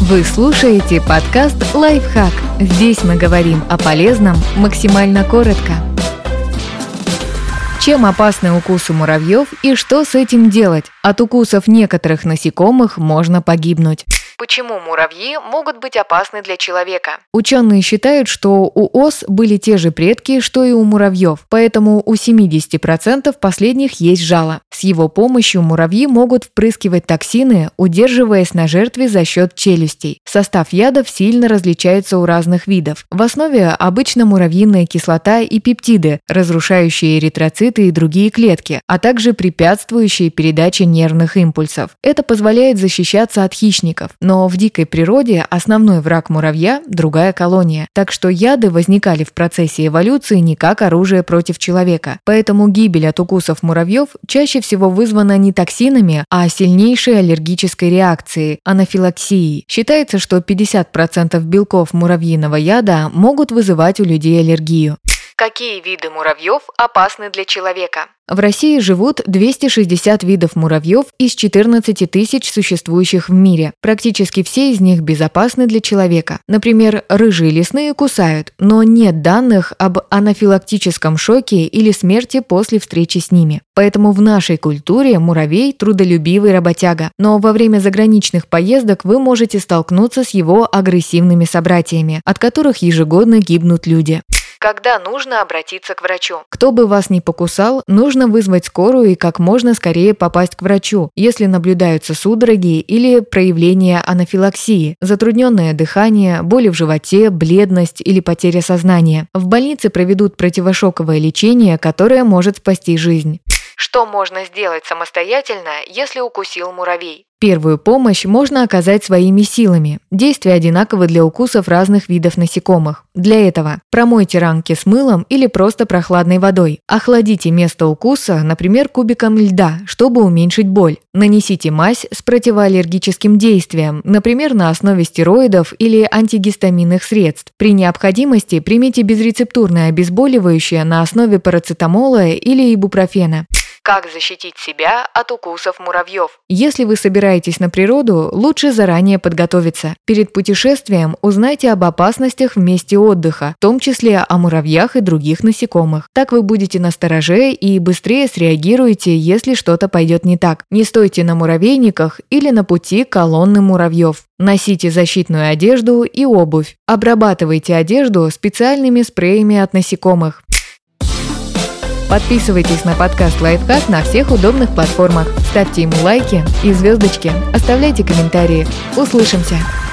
Вы слушаете подкаст «Лайфхак». Здесь мы говорим о полезном максимально коротко. Чем опасны укусы муравьев и что с этим делать? От укусов некоторых насекомых можно погибнуть. Почему муравьи могут быть опасны для человека? Ученые считают, что у ос были те же предки, что и у муравьев, поэтому у 70% последних есть жало. С его помощью муравьи могут впрыскивать токсины, удерживаясь на жертве за счет челюстей. Состав ядов сильно различается у разных видов. В основе обычно муравьиная кислота и пептиды, разрушающие эритроциты и другие клетки, а также препятствующие передаче нервных импульсов. Это позволяет защищаться от хищников. Но в дикой природе основной враг муравья – другая колония. Так что яды возникали в процессе эволюции не как оружие против человека. Поэтому гибель от укусов муравьев чаще всего вызвана не токсинами, а сильнейшей аллергической реакцией – анафилаксией. Считается, что 50% белков муравьиного яда могут вызывать у людей аллергию. Какие виды муравьев опасны для человека? В России живут 260 видов муравьев из 14 тысяч существующих в мире. Практически все из них безопасны для человека. Например, рыжие лесные кусают, но нет данных об анафилактическом шоке или смерти после встречи с ними. Поэтому в нашей культуре муравей – трудолюбивый работяга. Но во время заграничных поездок вы можете столкнуться с его агрессивными собратьями, от которых ежегодно гибнут люди. Когда нужно обратиться к врачу? Кто бы вас ни покусал, нужно вызвать скорую и как можно скорее попасть к врачу, если наблюдаются судороги или проявление анафилаксии, затрудненное дыхание, боли в животе, бледность или потеря сознания. В больнице проведут противошоковое лечение, которое может спасти жизнь. Что можно сделать самостоятельно, если укусил муравей? Первую помощь можно оказать своими силами. Действия одинаковы для укусов разных видов насекомых. Для этого промойте ранки с мылом или просто прохладной водой. Охладите место укуса, например, кубиком льда, чтобы уменьшить боль. Нанесите мазь с противоаллергическим действием, например, на основе стероидов или антигистаминных средств. При необходимости примите безрецептурное обезболивающее на основе парацетамола или ибупрофена. Как защитить себя от укусов муравьев? Если вы собираетесь на природу, лучше заранее подготовиться. Перед путешествием узнайте об опасностях в месте отдыха, в том числе о муравьях и других насекомых. Так вы будете настороже и быстрее среагируете, если что-то пойдет не так. Не стойте на муравейниках или на пути колонны муравьев. Носите защитную одежду и обувь. Обрабатывайте одежду специальными спреями от насекомых. Подписывайтесь на подкаст «Лайфхак» на всех удобных платформах. Ставьте ему лайки и звездочки. Оставляйте комментарии. Услышимся!